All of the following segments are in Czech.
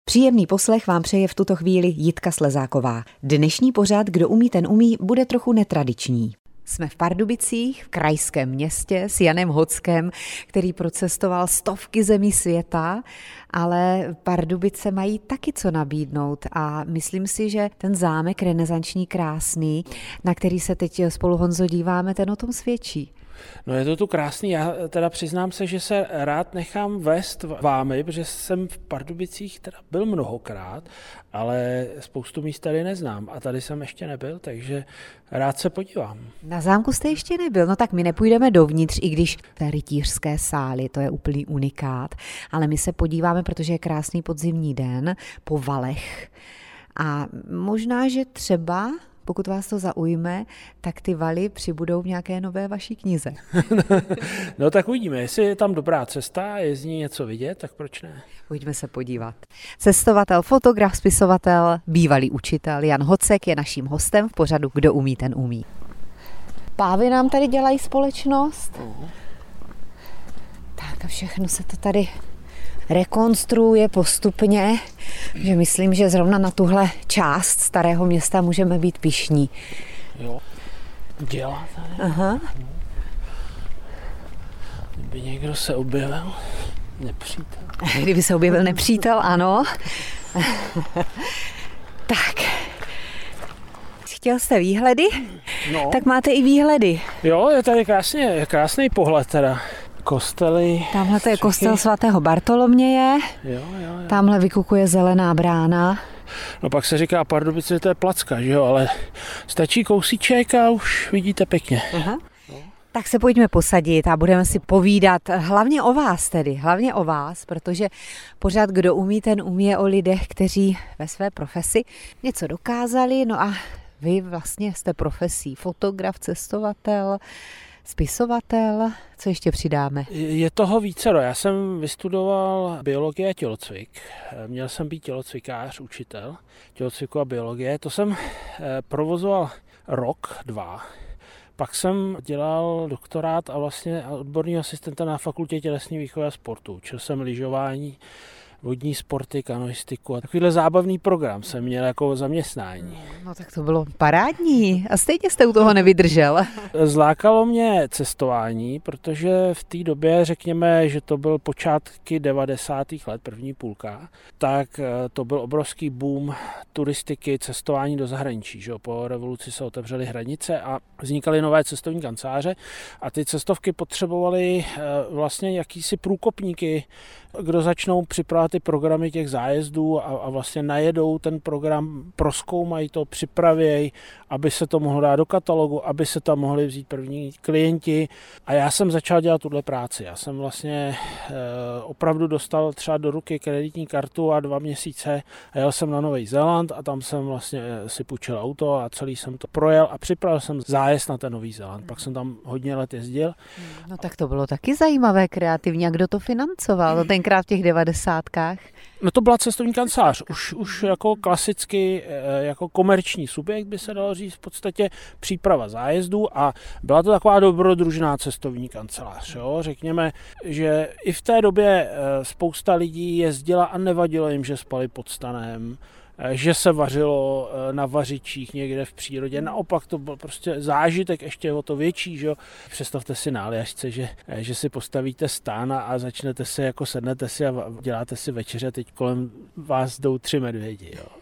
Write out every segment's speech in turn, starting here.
Příjemný poslech vám přeje v tuto chvíli Jitka Slezáková. Dnešní pořad Kdo umí, ten umí bude trochu netradiční. Jsme v Pardubicích, v krajském městě s Janem Hockem, který procestoval stovky zemí světa, ale Pardubice mají taky co nabídnout a myslím si, že ten zámek renesanční krásný, na který se teď spolu, Honzo, díváme, ten o tom svědčí. No je to tu krásný, já teda přiznám se, že se rád nechám vést vámi, protože jsem v Pardubicích teda byl mnohokrát, ale spoustu míst tady neznám a tady jsem ještě nebyl, takže rád se podívám. Na zámku jste ještě nebyl, no tak my nepůjdeme dovnitř, i když té rytířské sály, to je úplný unikát, ale my se podíváme, protože je krásný podzimní den po valech a možná, že třeba pokud vás to zaujme, tak ty valy přibudou v nějaké nové vaší knize. No tak uvidíme, jestli je tam dobrá cesta a je z ní něco vidět, tak proč ne? Pojďme se podívat. Cestovatel, fotograf, spisovatel, bývalý učitel Jan Hocek je naším hostem v pořadu Kdo umí, ten umí. Pávy nám tady dělají společnost. Tak a všechno se to tady rekonstruuje postupně, že myslím, že zrovna na tuhle část starého města můžeme být pyšní. Jo, dělá tady. Aha. Kdyby někdo se objevil, nepřítel. Kdyby se objevil nepřítel, ano. Tak. Chtěl jste výhledy? No. Tak máte i výhledy. Jo, je tady krásný pohled teda. Kostely. Tamhle to je kostel svatého Bartoloměje. Jo. Tamhle vykukuje zelená brána. No pak se říká Pardubice, že to je placka, že jo, ale stačí kousíček a už vidíte pěkně. Aha. Tak se pojďme posadit a budeme si povídat hlavně o vás, protože pořád Kdo umí, ten umí je o lidech, kteří ve své profesi něco dokázali, no a vy vlastně jste profesí fotograf, cestovatel, spisovatel, co ještě přidáme? Je toho vícero. Já jsem vystudoval biologii a tělocvik. Měl jsem být tělocvikář, učitel tělocviku a biologie. To jsem provozoval rok, 2. Pak jsem dělal doktorát a vlastně odborného asistenta na fakultě tělesné výchovy a sportu. Učil jsem lyžování, vodní sporty, kanoistiku a takovýhle zábavný program jsem měl jako zaměstnání. No tak to bylo parádní a stejně jste u toho nevydržel. Zlákalo mě cestování, protože v té době, řekněme, že to byl počátky 90. let, první půlka, tak to byl obrovský boom turistiky, cestování do zahraničí. Že? Po revoluci se otevřely hranice a vznikaly nové cestovní kanceláře a ty cestovky potřebovaly vlastně jakýsi průkopníky, kdo začnou připravovat ty programy těch zájezdů a vlastně najedou ten program, prozkoumají to, připravějí, aby se to mohlo dát do katalogu, aby se tam mohli vzít první klienti. A já jsem začal dělat tuhle práci. Já jsem vlastně opravdu dostal třeba do ruky kreditní kartu a 2 měsíce a jel jsem na Nový Zéland a tam jsem vlastně si půjčil auto a celý jsem to projel a připravil jsem zájezd na ten Nový Zéland. Pak jsem tam hodně let jezdil. No tak to bylo taky zajímavé, kreativní. A kdo to financoval? Tenkrát v těch 90kách? No to byla cestovní kancelář, už jako klasicky, jako komerční subjekt by se dalo říct, v podstatě příprava zájezdů a byla to taková dobrodružná cestovní kancelář. Jo? Řekněme, že i v té době spousta lidí jezdila a nevadilo jim, že spali pod stanem, že se vařilo na vařičích někde v přírodě. Naopak to byl prostě zážitek ještě o to větší. Že? Představte si na Aljašce, že si postavíte stán a začnete si, jako sednete si a děláte si večeře a teď kolem vás jdou 3 medvědi. Jo?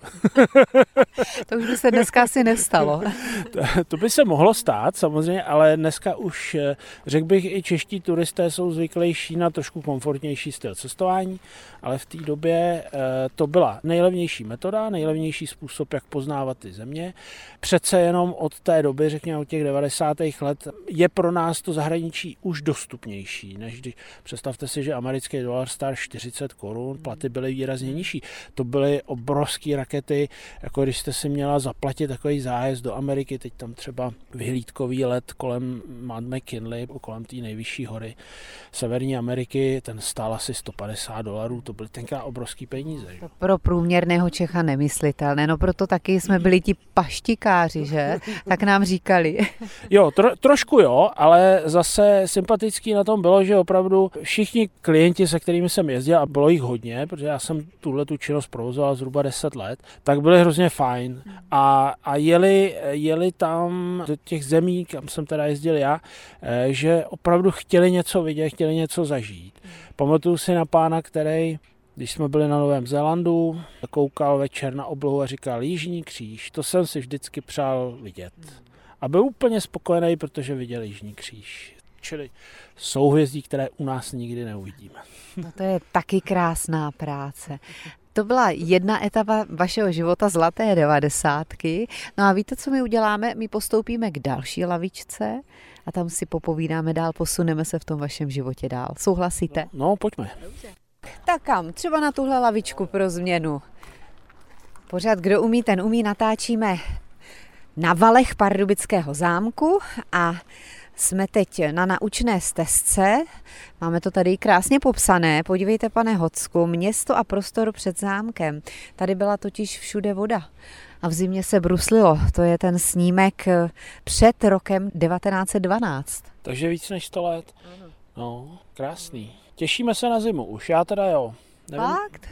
To už by se dneska asi nestalo. To by se mohlo stát samozřejmě, ale dneska už, řekl bych, i čeští turisté jsou zvyklejší na trošku komfortnější styl cestování, ale v té době to byla nejlevnější metoda, nejlevnější způsob, jak poznávat ty země. Přece jenom od té doby, řekněme od těch 90. let, je pro nás to zahraničí už dostupnější, než když představte si, že americký dolar stál 40 korun, platy byly výrazně nižší. To byly obrovské rakety, jako když jste si měla zaplatit takový zájezd do Ameriky, teď tam třeba vyhlídkový let kolem Mount McKinley, kolem té nejvyšší hory Severní Ameriky, ten stál asi $150, to byly tenkrát obrovský peníze. Že? To pro průměrného Čecha nemyslitelné, no proto taky jsme byli ti paštikáři, že? Tak nám říkali. Jo, trošku jo, ale zase sympatický na tom bylo, že opravdu všichni klienti, se kterými jsem jezdil, a bylo jich hodně, protože já jsem tu činnost provozoval zhruba 10 let, tak byli hrozně fajn a jeli tam do těch zemí, kam jsem teda jezdil já, že opravdu chtěli něco vidět, chtěli něco zažít. Pamatuju si na pána, který, když jsme byli na Novém Zélandu, koukal večer na oblohu a říkal Jižní kříž, to jsem si vždycky přál vidět. A byl úplně spokojený, protože viděl Jižní kříž. Čili souhvězdí, které u nás nikdy neuvidíme. No to je taky krásná práce. To byla jedna etapa vašeho života, zlaté 90. No a víte, co my uděláme? My postoupíme k další lavičce a tam si popovídáme dál, posuneme se v tom vašem životě dál. Souhlasíte? No pojďme. Tak kam? Třeba na tuhle lavičku pro změnu. Pořád kdo umí, ten umí, natáčíme na valech Pardubického zámku a jsme teď na naučné stezce. Máme to tady krásně popsané. Podívejte, pane Hocku, město a prostor před zámkem. Tady byla totiž všude voda. A v zimě se bruslilo. To je ten snímek před rokem 1912. Takže víc než 100 let. No, krásný. Těšíme se na zimu už, já teda jo. Fakt?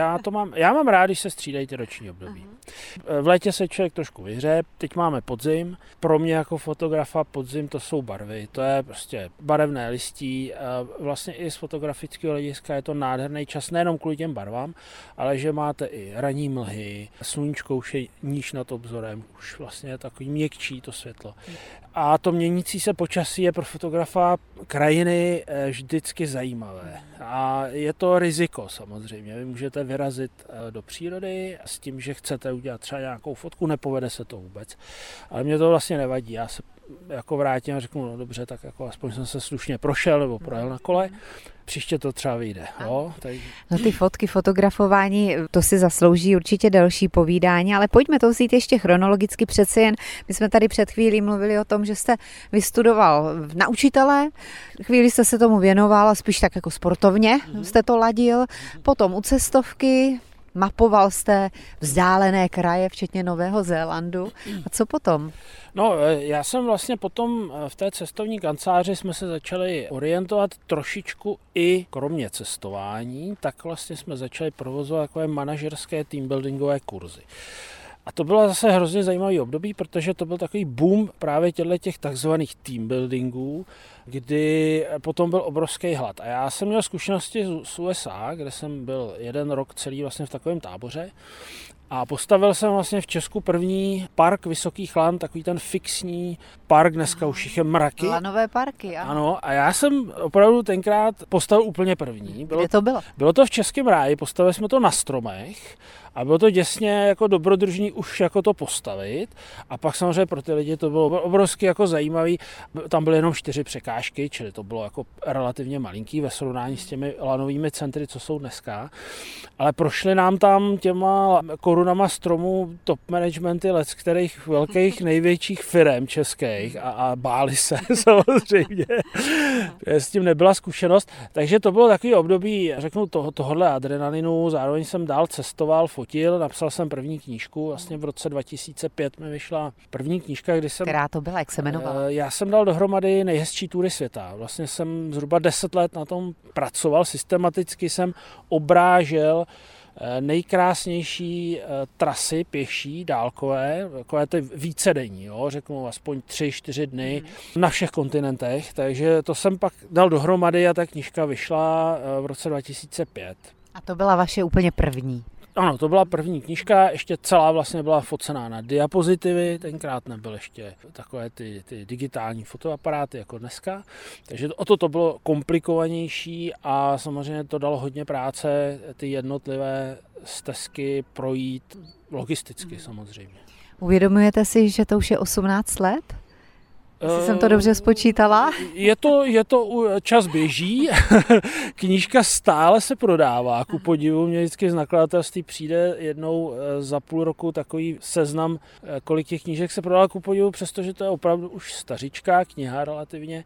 Já mám rád, když se střídají ty roční období. V létě se člověk trošku vyhřeje, teď máme podzim. Pro mě jako fotografa podzim to jsou barvy, to je prostě barevné listí. Vlastně i z fotografického hlediska je to nádherný čas, nejenom kvůli těm barvám, ale že máte i ranní mlhy, sluníčko už je níž nad obzorem, už vlastně je takový měkčí to světlo. A to měnící se počasí je pro fotografa krajiny vždycky zajímavé. A je to riziko samozřejmě. Vy můžete vyrazit do přírody s tím, že chcete udělat třeba nějakou fotku, nepovede se to vůbec. Ale mě to vlastně nevadí. Já se jako vrátím a řeknu, no dobře, tak jako aspoň jsem se slušně prošel nebo projel na kole. Příště to třeba vyjde. Jo? No ty fotky, fotografování, to si zaslouží určitě další povídání, ale pojďme to vzít ještě chronologicky, přece jen. My jsme tady před chvílí mluvili o tom, že jste vystudoval na učitele, chvíli jste se tomu věnoval a spíš tak jako sportovně jste to ladil, potom u cestovky, mapoval jste vzdálené kraje, včetně Nového Zélandu. A co potom? No, já jsem vlastně potom v té cestovní kanceláři jsme se začali orientovat trošičku i kromě cestování, tak vlastně jsme začali provozovat takové manažerské teambuildingové kurzy. A to bylo zase hrozně zajímavý období, protože to byl takový boom právě těch takzvaných teambuildingů, kdy potom byl obrovský hlad. A já jsem měl zkušenosti z USA, kde jsem byl 1 rok celý vlastně v takovém táboře. A postavil jsem vlastně v Česku první park Vysokých Lan, takový ten fixní park, dneska už jich je mraky. Lanové parky, ano. A já jsem opravdu tenkrát postavil úplně první. Kde to bylo? Bylo to v Českém ráji, postavili jsme to na stromech a bylo to děsně jako dobrodružný už jako to postavit. A pak samozřejmě pro ty lidi to bylo obrovsky jako zajímavý. Tam byly jenom 4 překážky, čili to bylo jako relativně malinký ve srovnání s těmi lanovými centry, co jsou dneska. Ale prošli nám tam těma korunama stromů top managementy let, kterých velkých největších firem českých a báli se samozřejmě. S tím nebyla zkušenost. Takže to bylo takový období, řeknu, tohohle adrenalinu. Zároveň jsem dál cestoval, fotil, napsal jsem první knížku. Vlastně v roce 2005 mi vyšla první knížka, kdy jsem... Která to byla, jak se jmenovala? Já jsem dal dohromady nejhezčí tury světa. Vlastně jsem zhruba 10 let na tom pracoval, systematicky jsem obrážel nejkrásnější trasy pěší, dálkové, takové ty vícedenní, jo, řeknu aspoň 3-4 dny na všech kontinentech, takže to jsem pak dal dohromady a ta knížka vyšla v roce 2005. A to byla vaše úplně první? Ano, to byla první knížka, ještě celá vlastně byla focená na diapozitivy, tenkrát nebyly ještě takové ty digitální fotoaparáty jako dneska, takže o to bylo komplikovanější a samozřejmě to dalo hodně práce, ty jednotlivé stezky projít logisticky samozřejmě. Uvědomujete si, že to už je 18 let? Jestli jsem to dobře spočítala? Je to čas běží, knížka stále se prodává, ku podivu, mě vždycky z nakladatelství přijde jednou za půl roku takový seznam, kolik těch knížek se prodává, ku podivu, přestože to je opravdu už stařičká kniha relativně,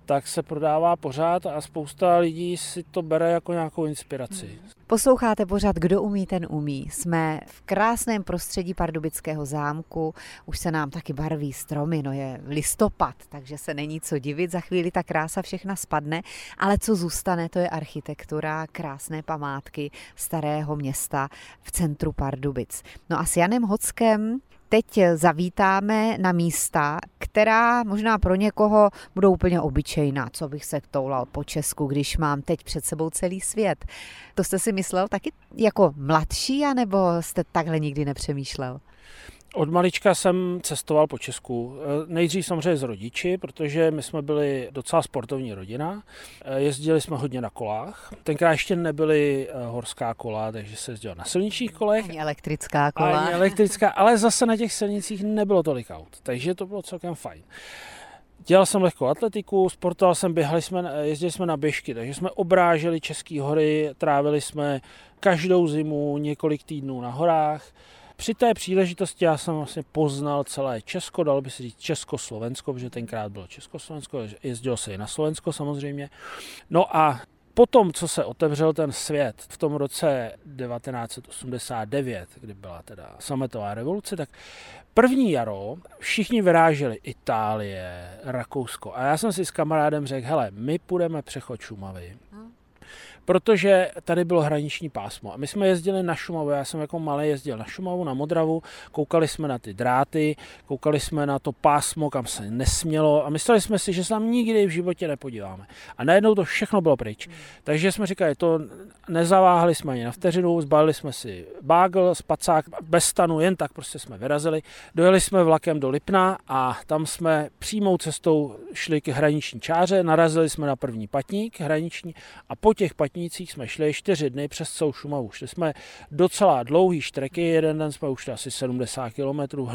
tak se prodává pořád a spousta lidí si to bere jako nějakou inspiraci. Posloucháte pořád Kdo umí, ten umí. Jsme v krásném prostředí Pardubického zámku, už se nám taky barví stromy, no je listopad, takže se není co divit, za chvíli ta krása všechna spadne, ale co zůstane, to je architektura, krásné památky starého města v centru Pardubic. No a s Janem Hockem teď zavítáme na místa, která možná pro někoho budou úplně obyčejná, co bych se toulal po Česku, když mám teď před sebou celý svět. To jste si myslel taky jako mladší, anebo jste takhle nikdy nepřemýšlel? Od malička jsem cestoval po Česku. Nejdřív samozřejmě s rodiči, protože my jsme byli docela sportovní rodina. Jezdili jsme hodně na kolách. Tenkrát ještě nebyly horská kola, takže se jezdilo na silničních kolech. Ani elektrická kola. Ani elektrická, ale zase na těch silnicích nebylo tolik aut, takže to bylo celkem fajn. Dělal jsem lehkou atletiku, sportoval jsem, jezdili jsme na běžky, takže jsme obráželi České hory, trávili jsme každou zimu několik týdnů na horách. Při té příležitosti já jsem vlastně poznal celé Česko, dalo by se říct Československo, protože tenkrát bylo Československo, jezdilo se i na Slovensko samozřejmě. No a potom, co se otevřel ten svět v tom roce 1989, kdy byla teda sametová revoluce, tak první jaro všichni vyráželi Itálie, Rakousko a já jsem si s kamarádem řekl, hele, my půjdeme přechod Šumavy. Protože tady bylo hraniční pásmo. A my jsme jezdili na Šumavu, já jsem jako malý jezdil na Šumavu, na Modravu, koukali jsme na ty dráty, koukali jsme na to pásmo, kam se nesmělo a mysleli jsme si, že se tam nikdy v životě nepodíváme. A najednou to všechno bylo pryč. Takže jsme říkali, to nezaváhali jsme ani na vteřinu, zbalili jsme si bágl, spacák, bez stanu, jen tak prostě jsme vyrazili. Dojeli jsme vlakem do Lipna a tam jsme přímou cestou šli k hraniční čáře, narazili jsme na první patník hraniční a po těch patnících jsme šli 4 dny přes celou Šumavu. Šli jsme docela dlouhý štreky, jeden den jsme ušli asi 70 kilometrů.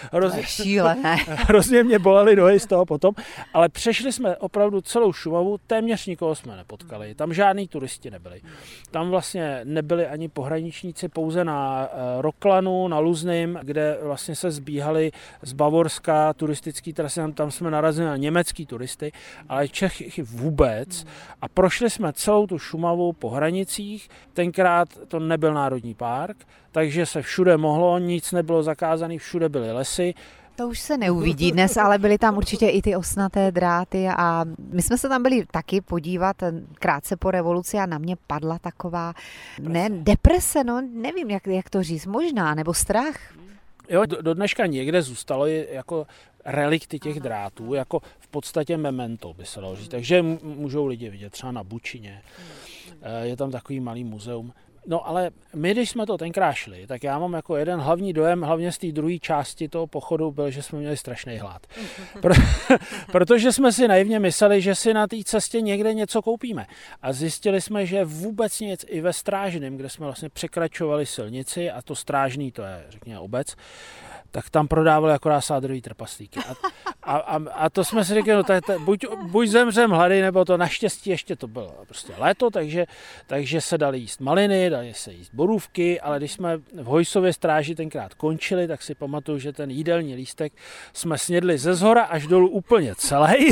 Hrozně mě bolely nohy z toho potom, ale přešli jsme opravdu celou Šumavu, téměř nikoho jsme nepotkali. Tam žádní turisti nebyli. Tam vlastně nebyli ani pohraničníci, pouze na Roklanu, na Luzným, kde vlastně se zbíhali z Bavorska turistický trasy, tam jsme narazili na německý turisty, ale Čechy vůbec. A prošli jsme celou tu Šumavu po hranicích. Tenkrát to nebyl národní park, takže se všude mohlo, nic nebylo zakázané, všude byly lesy. To už se neuvidí dnes, ale byly tam určitě i ty osnaté dráty a my jsme se tam byli taky podívat krátce po revoluci a na mě padla taková deprese, no nevím, jak to říct, možná, nebo strach. Jo, do dneška někde zůstalo jako relikty těch drátů, jako v podstatě memento by se dalo říct. Takže můžou lidi vidět třeba na Bučině. Je tam takový malý muzeum. No ale my, když jsme to tenkrát šli, tak já mám jako jeden hlavní dojem, hlavně z té druhé části toho pochodu, byl, že jsme měli strašný hlad. Protože jsme si naivně mysleli, že si na té cestě někde něco koupíme. A zjistili jsme, že vůbec nic i ve Strážném, kde jsme vlastně překračovali silnici, a to Strážný, to je, řekněme, obec, tak tam prodávali akorát sádrový trpaslíky. A to jsme si řekli, no buď zemřem hlady, nebo to naštěstí ještě to bylo prostě léto, takže se dali jíst maliny, dali se jíst borůvky, ale když jsme v Hojsově Stráži tenkrát končili, tak si pamatuju, že ten jídelní lístek jsme snědli ze zhora až dolů úplně celý.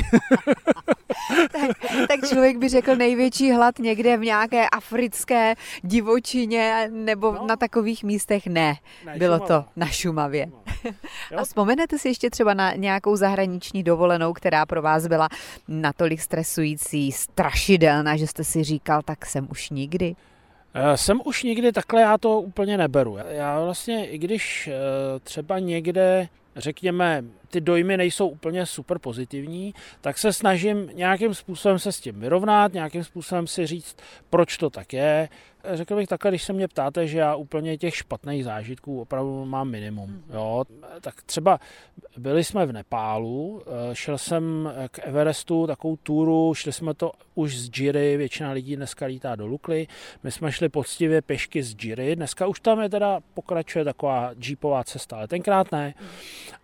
tak člověk by řekl největší hlad někde v nějaké africké divočině nebo na takových místech. Ne, bylo to na Šumavě. A vzpomenete si ještě třeba na nějakou zahraniční dovolenou, která pro vás byla natolik stresující, strašidelná, že jste si říkal, tak jsem už nikdy? Jsem už nikdy, takhle já to úplně neberu. Já vlastně, i když třeba někde, řekněme, ty dojmy nejsou úplně super pozitivní, tak se snažím nějakým způsobem se s tím vyrovnat, nějakým způsobem si říct, proč to tak je. Řekl bych takhle, když se mě ptáte, že já úplně těch špatných zážitků opravdu mám minimum. Jo? Tak třeba byli jsme v Nepálu, šel jsem k Everestu takovou túru, šli jsme to už z Džiry, většina lidí dneska lítá do Lukly, my jsme šli poctivě pěšky z Džiry, dneska už tam je teda pokračuje taková jeepová cesta, ale tenkrát ne.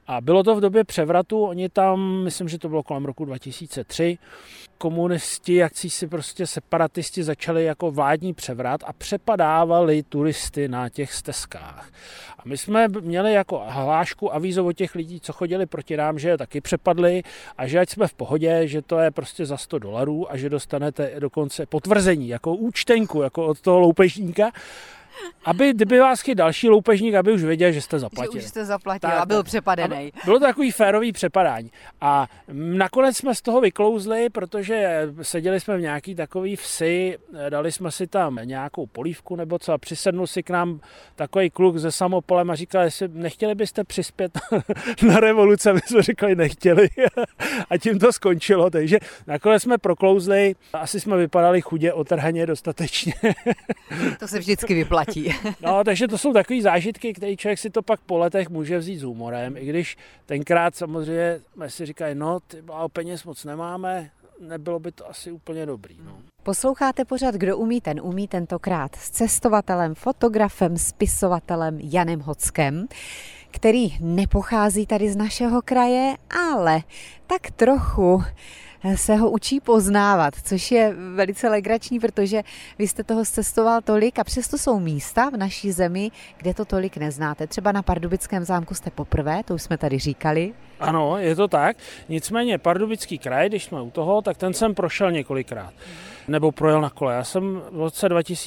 A bylo to v době převratu, oni tam, myslím, že to bylo kolem roku 2003, komunisti, jakcísi prostě separatisti začali jako vládní převrat a přepadávali turisty na těch stezkách. A my jsme měli jako hlášku avízo od těch lidí, co chodili proti nám, že je taky přepadli a že ať jsme v pohodě, že to je prostě za $100 a že dostanete dokonce potvrzení, jako účtenku, jako od toho loupežníka, aby, kdyby vás chytil další loupežník, aby už věděl, že jste zaplatili. Že už jste zaplatil a byl přepadený. Bylo to takový férový přepadání. A nakonec jsme z toho vyklouzli, protože seděli jsme v nějaký takový vsi, dali jsme si tam nějakou polívku nebo co a přisednul si k nám takový kluk se samopolem a říkal, jestli nechtěli byste přispět na revoluci, a my jsme říkali, nechtěli. A tím to skončilo, takže nakonec jsme proklouzli, asi jsme vypadali chudě, otrhaně dostatečně. To se vždycky vyplatí. No, takže to jsou takové zážitky, které člověk si to pak po letech může vzít s humorem, i když tenkrát samozřejmě si říkají, no, peněz moc nemáme, nebylo by to asi úplně dobrý. No. Posloucháte pořad Kdo umí, ten umí, tentokrát s cestovatelem, fotografem, spisovatelem Janem Hockem, který nepochází tady z našeho kraje, ale tak trochu se ho učí poznávat, což je velice legrační, protože vy jste toho cestoval tolik a přesto jsou místa v naší zemi, kde to tolik neznáte. Třeba na Pardubickém zámku jste poprvé, to už jsme tady říkali. Ano, je to tak. Nicméně Pardubický kraj, když jsme u toho, tak ten jsem prošel několikrát. Nebo projel na kole. Já jsem v roce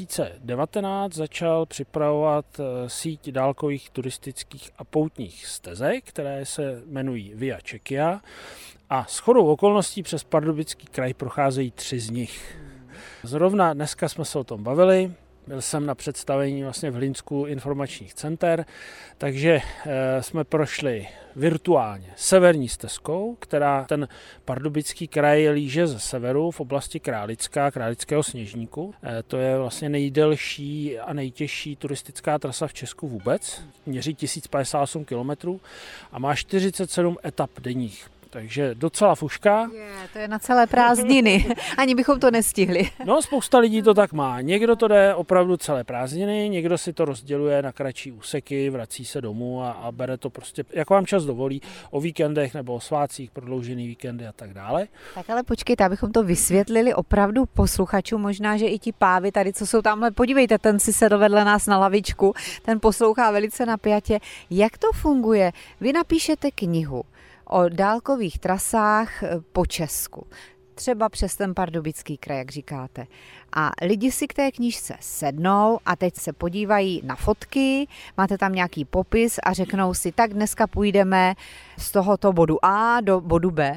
2019 začal připravovat síť dálkových turistických a poutních stezek, které se jmenují Via Czechia. A shodou okolností přes Pardubický kraj procházejí 3 z nich. Zrovna dneska jsme se o tom bavili. Byl jsem na představení vlastně v Hlinsku informačních center, takže jsme prošli virtuálně severní stezkou, která ten Pardubický kraj líže ze severu v oblasti Králického Sněžníku. To je vlastně nejdelší a nejtěžší turistická trasa v Česku vůbec. Měří 1058 km a má 47 etap denních. Takže docela fuška. To je na celé prázdniny. Ani bychom to nestihli. No, spousta lidí to tak má. Někdo to jde opravdu celé prázdniny, někdo si to rozděluje na kratší úseky, vrací se domů a bere to prostě, jak vám čas dovolí, o víkendech nebo o svátcích, prodloužený víkendy a tak dále. Tak ale počkejte, abychom to vysvětlili opravdu posluchačům, možná, že i ti pávy tady, co jsou tamhle, podívejte, ten si sedl vedle nás na lavičku, ten poslouchá velice napjatě. Jak to funguje? Vy napíšete knihu o dálkových trasách po Česku. Třeba přes ten Pardubický kraj, jak říkáte. A lidi si k té knížce sednou a teď se podívají na fotky, máte tam nějaký popis a řeknou si, tak dneska půjdeme z tohoto bodu A do bodu B.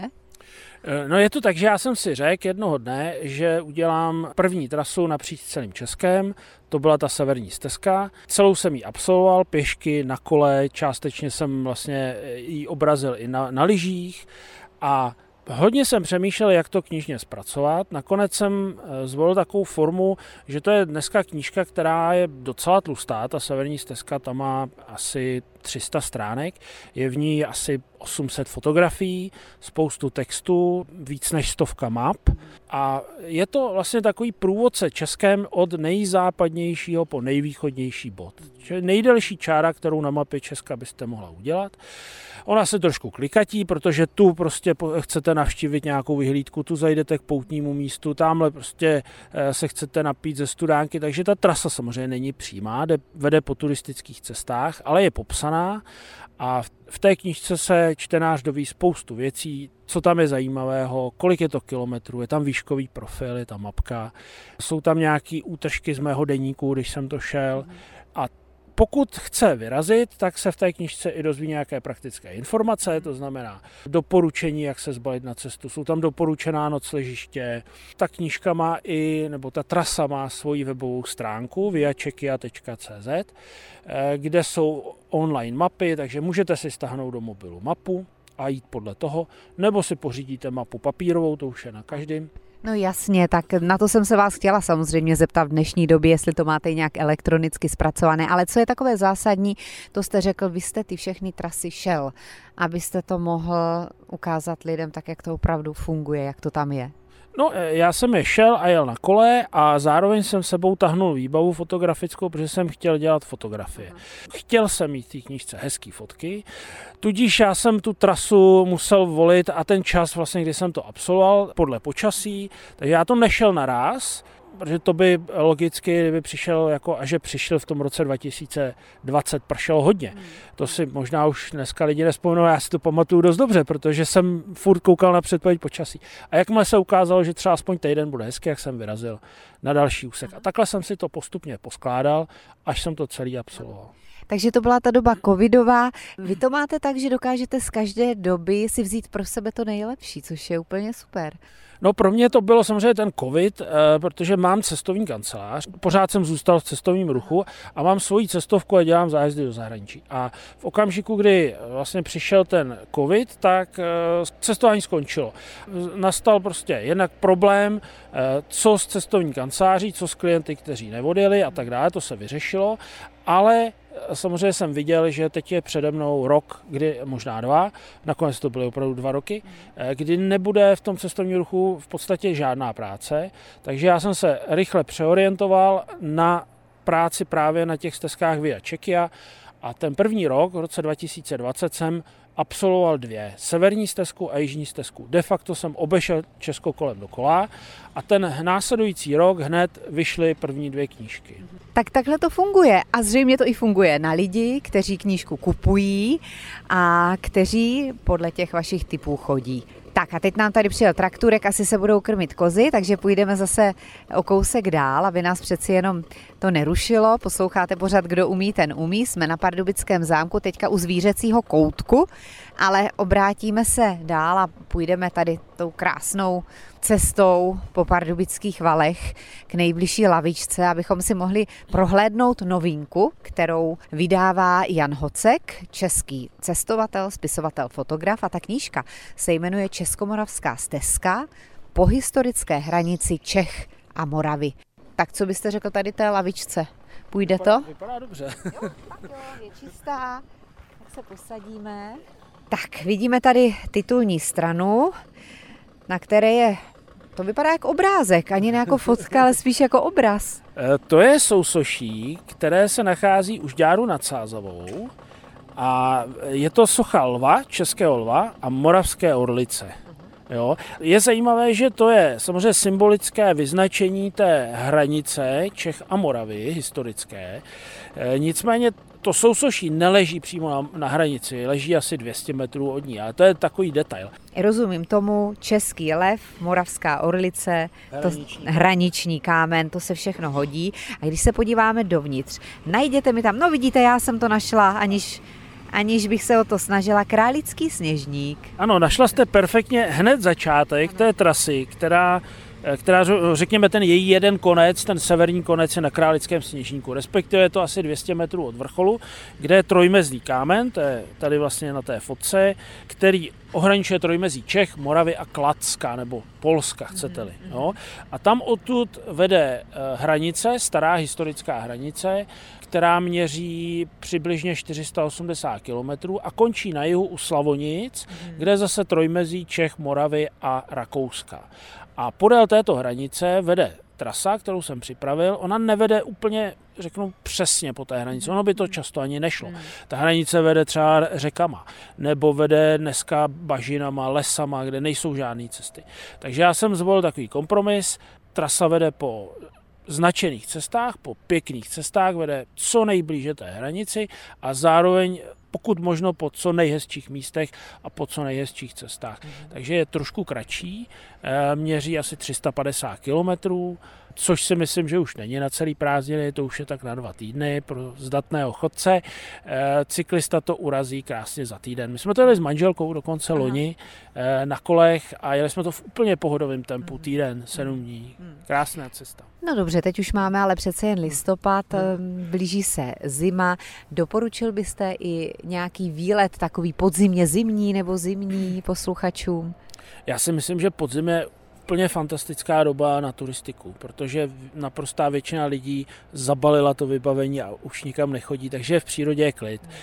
No je to tak, že já jsem si řekl jednoho dne, že udělám první trasu napříč celým Českem, to byla ta severní stezka. Celou jsem ji absolvoval pěšky, na kole, částečně jsem vlastně ji obrazil i na lyžích a hodně jsem přemýšlel, jak to knižně zpracovat. Nakonec jsem zvolil takovou formu, že to je dneska knížka, která je docela tlustá. Ta severní stezka, tam má asi 300 stránek. Je v ní asi 800 fotografií, spoustu textů, víc než 100 map. A je to vlastně takový průvodce Českem od nejzápadnějšího po nejvýchodnější bod. Nejdelší čára, kterou na mapě Česka byste mohla udělat. Ona se trošku klikatí, protože tu prostě chcete navštívit nějakou vyhlídku, tu zajdete k poutnímu místu, tamhle prostě se chcete napít ze studánky, takže ta trasa samozřejmě není přímá, vede po turistických cestách, ale je popsaná a v té knížce se čtenář doví spoustu věcí, co tam je zajímavého, kolik je to kilometrů, je tam výškový profil, je tam mapka, jsou tam nějaký útržky z mého deníku, když jsem to šel a pokud chce vyrazit, tak se v té knížce i dozví nějaké praktické informace, to znamená doporučení, jak se zbalit na cestu. Jsou tam doporučená nocležiště. Ta knížka má nebo ta trasa má svoji webovou stránku viaczechia.cz, kde jsou online mapy, takže můžete si stáhnout do mobilu mapu a jít podle toho, nebo si pořídíte mapu papírovou, to už je na každém. No jasně, tak na to jsem se vás chtěla samozřejmě zeptat v dnešní době, jestli to máte nějak elektronicky zpracované, ale co je takové zásadní, to jste řekl, vy jste ty všechny trasy šel, abyste to mohl ukázat lidem tak, jak to opravdu funguje, jak to tam je. No, já jsem je šel a jel na kole a zároveň jsem sebou tahnul výbavu fotografickou, protože jsem chtěl dělat fotografie. Chtěl jsem mít v té knížce hezký fotky, tudíž já jsem tu trasu musel volit a ten čas, vlastně, kdy jsem to absolvoval, podle počasí, takže já to nešel naráz, protože to by logicky, kdyby přišel, jako, a že přišel v tom roce 2020, pršelo hodně. To si možná už dneska lidi nevzpomenou, já si to pamatuju dost dobře, protože jsem furt koukal na předpověď počasí. A jakmile se ukázalo, že třeba aspoň týden bude hezky, jak jsem vyrazil na další úsek. A takhle jsem si to postupně poskládal, až jsem to celý absolvoval. Takže to byla ta doba covidová. Vy to máte tak, že dokážete z každé doby si vzít pro sebe to nejlepší, což je úplně super. No pro mě to bylo samozřejmě ten covid, protože mám cestovní kancelář, pořád jsem zůstal v cestovním ruchu a mám svoji cestovku a dělám zájezdy do zahraničí. A v okamžiku, kdy vlastně přišel ten covid, tak cestování skončilo. Nastal prostě jednak problém, co s cestovní kanceláří, co s klienty, kteří neodjeli a tak dále, to se vyřešilo, ale samozřejmě jsem viděl, že teď je přede mnou rok, kdy možná 2, nakonec to byly opravdu 2 roky, kdy nebude v tom cestovním ruchu v podstatě žádná práce, takže já jsem se rychle přeorientoval na práci právě na těch stezkách Via Czechia a ten první rok, v roce 2020, jsem absolvoval 2, severní stezku a jižní stezku. De facto jsem obešel Česko kolem dokola a ten následující rok hned vyšly první 2 knížky. Tak takhle to funguje a zřejmě to i funguje na lidi, kteří knížku kupují a kteří podle těch vašich typů chodí. Tak a teď nám tady přijel traktůrek, asi se budou krmit kozy, takže půjdeme zase o kousek dál, aby nás přeci jenom to nerušilo. Posloucháte pořád Kdo umí, ten umí. Jsme na Pardubickém zámku, teďka u zvířecího koutku, ale obrátíme se dál a půjdeme tady tou krásnou cestou po pardubických valech k nejbližší lavičce, abychom si mohli prohlédnout novinku, kterou vydává Jan Hocek, český cestovatel, spisovatel, fotograf, a ta knížka se jmenuje Českomoravská stezka po historické hranici Čech a Moravy. Tak co byste řekl tady té lavičce? Půjde to? Vypadá dobře. Jo, tak jo, je čistá, tak se posadíme. Tak, vidíme tady titulní stranu, na které je, to vypadá jako obrázek, ani ne jako fotka, ale spíš jako obraz. To je sousoší, které se nachází u Žďáru nad Sázavou a je to socha lva, českého lva a moravské orlice. Jo. Je zajímavé, že to je samozřejmě symbolické vyznačení té hranice Čech a Moravy, historické. Nicméně to sousoší neleží přímo na hranici, leží asi 200 metrů od ní, ale to je takový detail. Rozumím tomu, český lev, moravská orlice, hraniční kámen, to se všechno hodí. A když se podíváme dovnitř, najděte mi tam, no vidíte, já jsem to našla, aniž bych se o to snažila, Králický sněžník. Ano, našla jste perfektně hned začátek té trasy, která řekněme ten její jeden konec, ten severní konec je na Králickém sněžníku, respektive je to asi 200 metrů od vrcholu, kde je trojmezný kámen, to je tady vlastně na té fotce, který ohraničuje trojmezí Čech, Moravy a Kladska, nebo Polska, chcete-li. No. A tam odtud vede hranice, stará historická hranice, která měří přibližně 480 km a končí na jihu u Slavonic, kde je zase trojmezí Čech, Moravy a Rakouska. A podél této hranice vede trasa, kterou jsem připravil. Ona nevede úplně, řeknu, přesně po té hranici. Ono by to často ani nešlo. Ta hranice vede třeba řekama, nebo vede dneska bažinama, lesama, kde nejsou žádné cesty. Takže já jsem zvolil takový kompromis. Trasa vede po značených cestách, po pěkných cestách, vede co nejblíže té hranici a zároveň pokud možno po co nejhezčích místech a po co nejhezčích cestách. Takže je trošku kratší, měří asi 350 kilometrů, což si myslím, že už není na celý prázdniny, to už je tak na 2 týdny pro zdatného chodce. Cyklista to urazí krásně za týden. My jsme to jeli s manželkou dokonce loni na kolech a jeli jsme to v úplně pohodovém tempu, týden, 7 dní. Krásná cesta. No dobře, teď už máme ale přece jen listopad, blíží se zima. Doporučil byste i nějaký výlet, takový podzimně zimní nebo zimní posluchačům? Já si myslím, že podzim je úplně fantastická doba na turistiku, protože naprostá většina lidí zabalila to vybavení a už nikam nechodí, takže v přírodě je klid.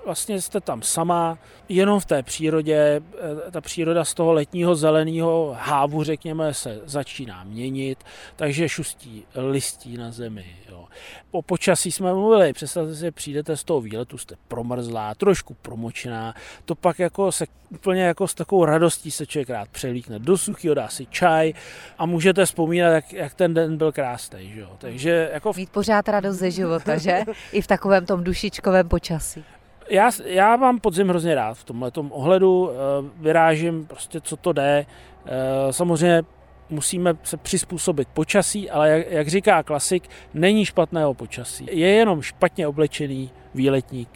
vlastně jste tam sama, jenom v té přírodě, ta příroda z toho letního zeleného hávu, řekněme, se začíná měnit, takže šustí listí na zemi. Jo. O počasí jsme mluvili, představte si, přijdete z toho výletu, jste promrzlá, trošku promočená, to pak jako se úplně jako s takovou radostí se člověk rád přelíkne do suchého, dá si čaj a můžete vzpomínat, jak ten den byl krásný. Že jo. Takže jako mít pořád radost ze života, že? I v takovém tom dušičkovém počasí. Já mám podzim hrozně rád v tomhletom ohledu, vyrážím prostě, co to jde. Samozřejmě musíme se přizpůsobit počasí, ale jak říká klasik, není špatného počasí. Je jenom špatně oblečený výletník.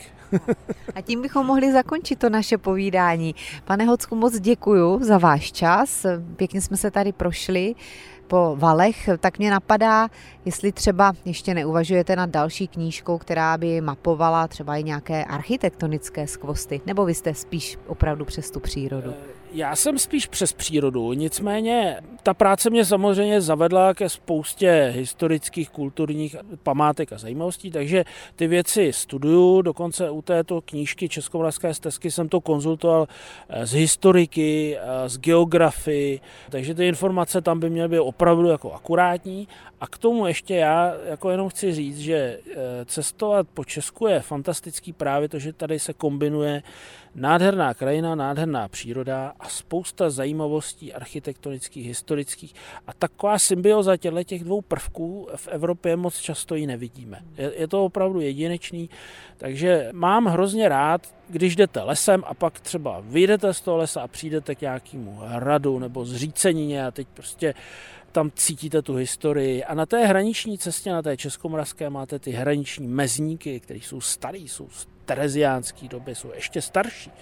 A tím bychom mohli zakončit to naše povídání. Pane Hocku, moc děkuju za váš čas. Pěkně jsme se tady prošli po valech, tak mě napadá, jestli třeba ještě neuvažujete nad další knížkou, která by mapovala třeba i nějaké architektonické skvosty, nebo vy jste spíš opravdu přes tu přírodu? Já jsem spíš přes přírodu, nicméně ta práce mě samozřejmě zavedla ke spoustě historických, kulturních památek a zajímavostí, takže ty věci studuju, dokonce u této knížky Českomoravské stezky jsem to konzultoval s historiky, s geografy, takže ty informace tam by měly být opravdu jako akurátní. A k tomu ještě já jako jenom chci říct, že cestovat po Česku je fantastický právě to, že tady se kombinuje nádherná krajina, nádherná příroda a spousta zajímavostí architektonických, historických. A taková symbioza těch dvou prvků v Evropě moc často ji nevidíme. Je to opravdu jedinečný, takže mám hrozně rád, když jdete lesem a pak třeba vyjdete z toho lesa a přijdete k nějakému hradu nebo zřícenině a teď prostě tam cítíte tu historii. A na té hraniční cestě, na té českomoravské, máte ty hraniční mezníky, které jsou starý, jsou z tereziánské doby, jsou ještě starší,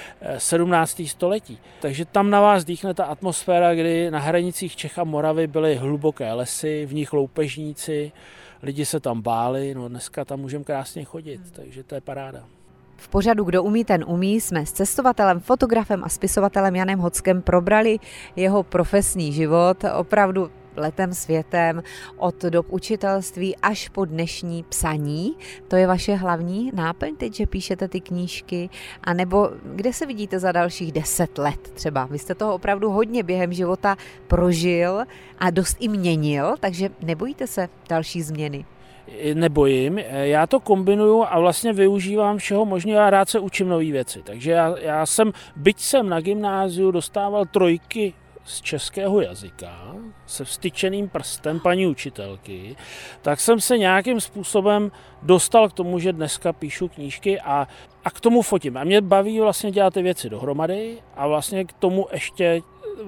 17. století. Takže tam na vás dýchne ta atmosféra, kdy na hranicích Čech a Moravy byly hluboké lesy, v nich loupežníci, lidi se tam báli, no dneska tam můžeme krásně chodit, takže to je paráda. V pořadu Kdo umí, ten umí jsme s cestovatelem, fotografem a spisovatelem Janem Hockem probrali jeho profesní život opravdu letem světem, od dob učitelství až po dnešní psaní. To je vaše hlavní náplň teď, že píšete ty knížky? A nebo kde se vidíte za dalších 10 let třeba? Vy jste toho opravdu hodně během života prožil a dost i měnil, takže nebojíte se další změny? Nebojím, já to kombinuju a vlastně využívám všeho možného a rád se učím nové věci. Takže já jsem, byť jsem na gymnáziu dostával 3 z českého jazyka se vstyčeným prstem paní učitelky, tak jsem se nějakým způsobem dostal k tomu, že dneska píšu knížky a k tomu fotím. A mě baví vlastně dělat ty věci dohromady a vlastně k tomu ještě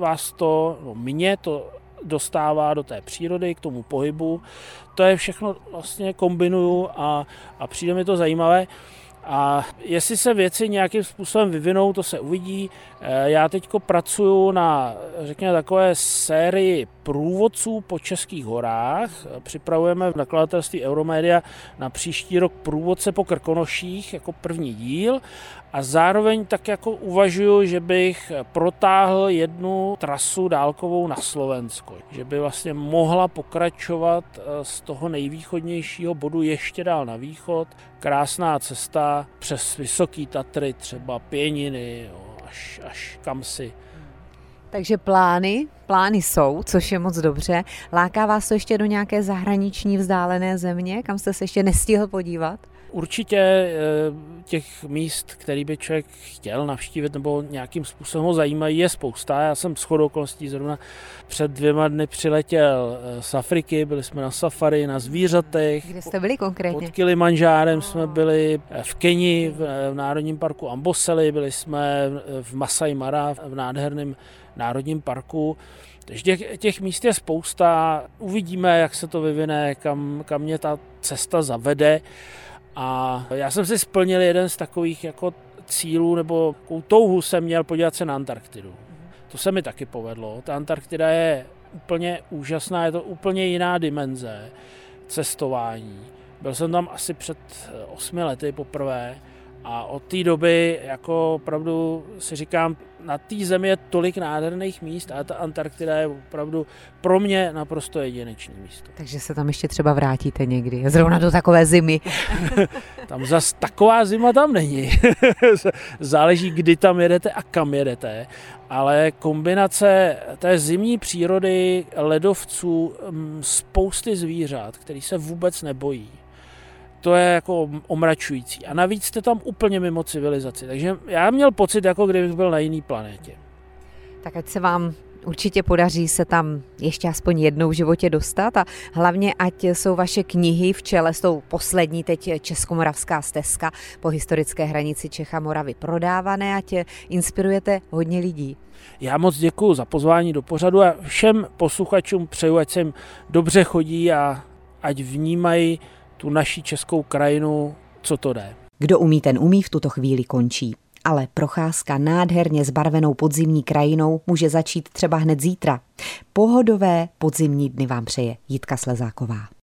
mě to dostává do té přírody, k tomu pohybu. To je všechno vlastně kombinuju a přijde mi to zajímavé. A jestli se věci nějakým způsobem vyvinou, to se uvidí. Já teďko pracuju na, řekněme, takové sérii průvodců po českých horách. Připravujeme v nakladatelství Euromedia na příští rok průvodce po Krkonoších jako první díl. A zároveň tak jako uvažuju, že bych protáhl jednu trasu dálkovou na Slovensko. Že by vlastně mohla pokračovat z toho nejvýchodnějšího bodu ještě dál na východ. Krásná cesta přes Vysoký Tatry, třeba Pěniny, až kamsi. Takže plány jsou, což je moc dobře. Láká vás to ještě do nějaké zahraniční vzdálené země, kam jste se ještě nestihl podívat? Určitě těch míst, který by člověk chtěl navštívit nebo nějakým způsobem ho zajímají, je spousta. Já jsem shodou okolností zrovna před 2 dny přiletěl z Afriky, byli jsme na safari, na zvířatech. Kde jste byli konkrétně? Pod Kilimanjárem jsme byli, v Keni, v Národním parku Amboseli, byli jsme v Masai Mara, v nádherném národním parku. Takže těch míst je spousta, uvidíme, jak se to vyvine, kam mě ta cesta zavede. A já jsem si splnil jeden z takových jako cílů, nebo touhu jsem měl podívat se na Antarktidu. To se mi taky povedlo. Ta Antarktida je úplně úžasná, je to úplně jiná dimenze cestování. Byl jsem tam asi před 8 lety poprvé A od té doby jako opravdu si říkám, na té zemi je tolik nádherných míst a ta Antarktida je opravdu pro mě naprosto jedinečné místo. Takže se tam ještě třeba vrátíte někdy, zrovna do takové zimy. Tam zas taková zima tam není. Záleží, kdy tam jedete a kam jedete, ale kombinace té zimní přírody, ledovců, spousty zvířat, který se vůbec nebojí, to je jako omračující. A navíc jste tam úplně mimo civilizaci. Takže já měl pocit, jako kdybych byl na jiný planetě. Tak ať se vám určitě podaří se tam ještě aspoň jednou v životě dostat a hlavně ať jsou vaše knihy v čele s tou poslední teď Českomoravská stezka po historické hranici Čech a Moravy prodávané, ať inspirujete hodně lidí. Já moc děkuju za pozvání do pořadu a všem posluchačům přeju, ať se jim dobře chodí a ať vnímají tu naší českou krajinu, co to jde. Kdo umí, ten umí, v tuto chvíli končí. Ale procházka nádherně zbarvenou podzimní krajinou může začít třeba hned zítra. Pohodové podzimní dny vám přeje Jitka Slezáková.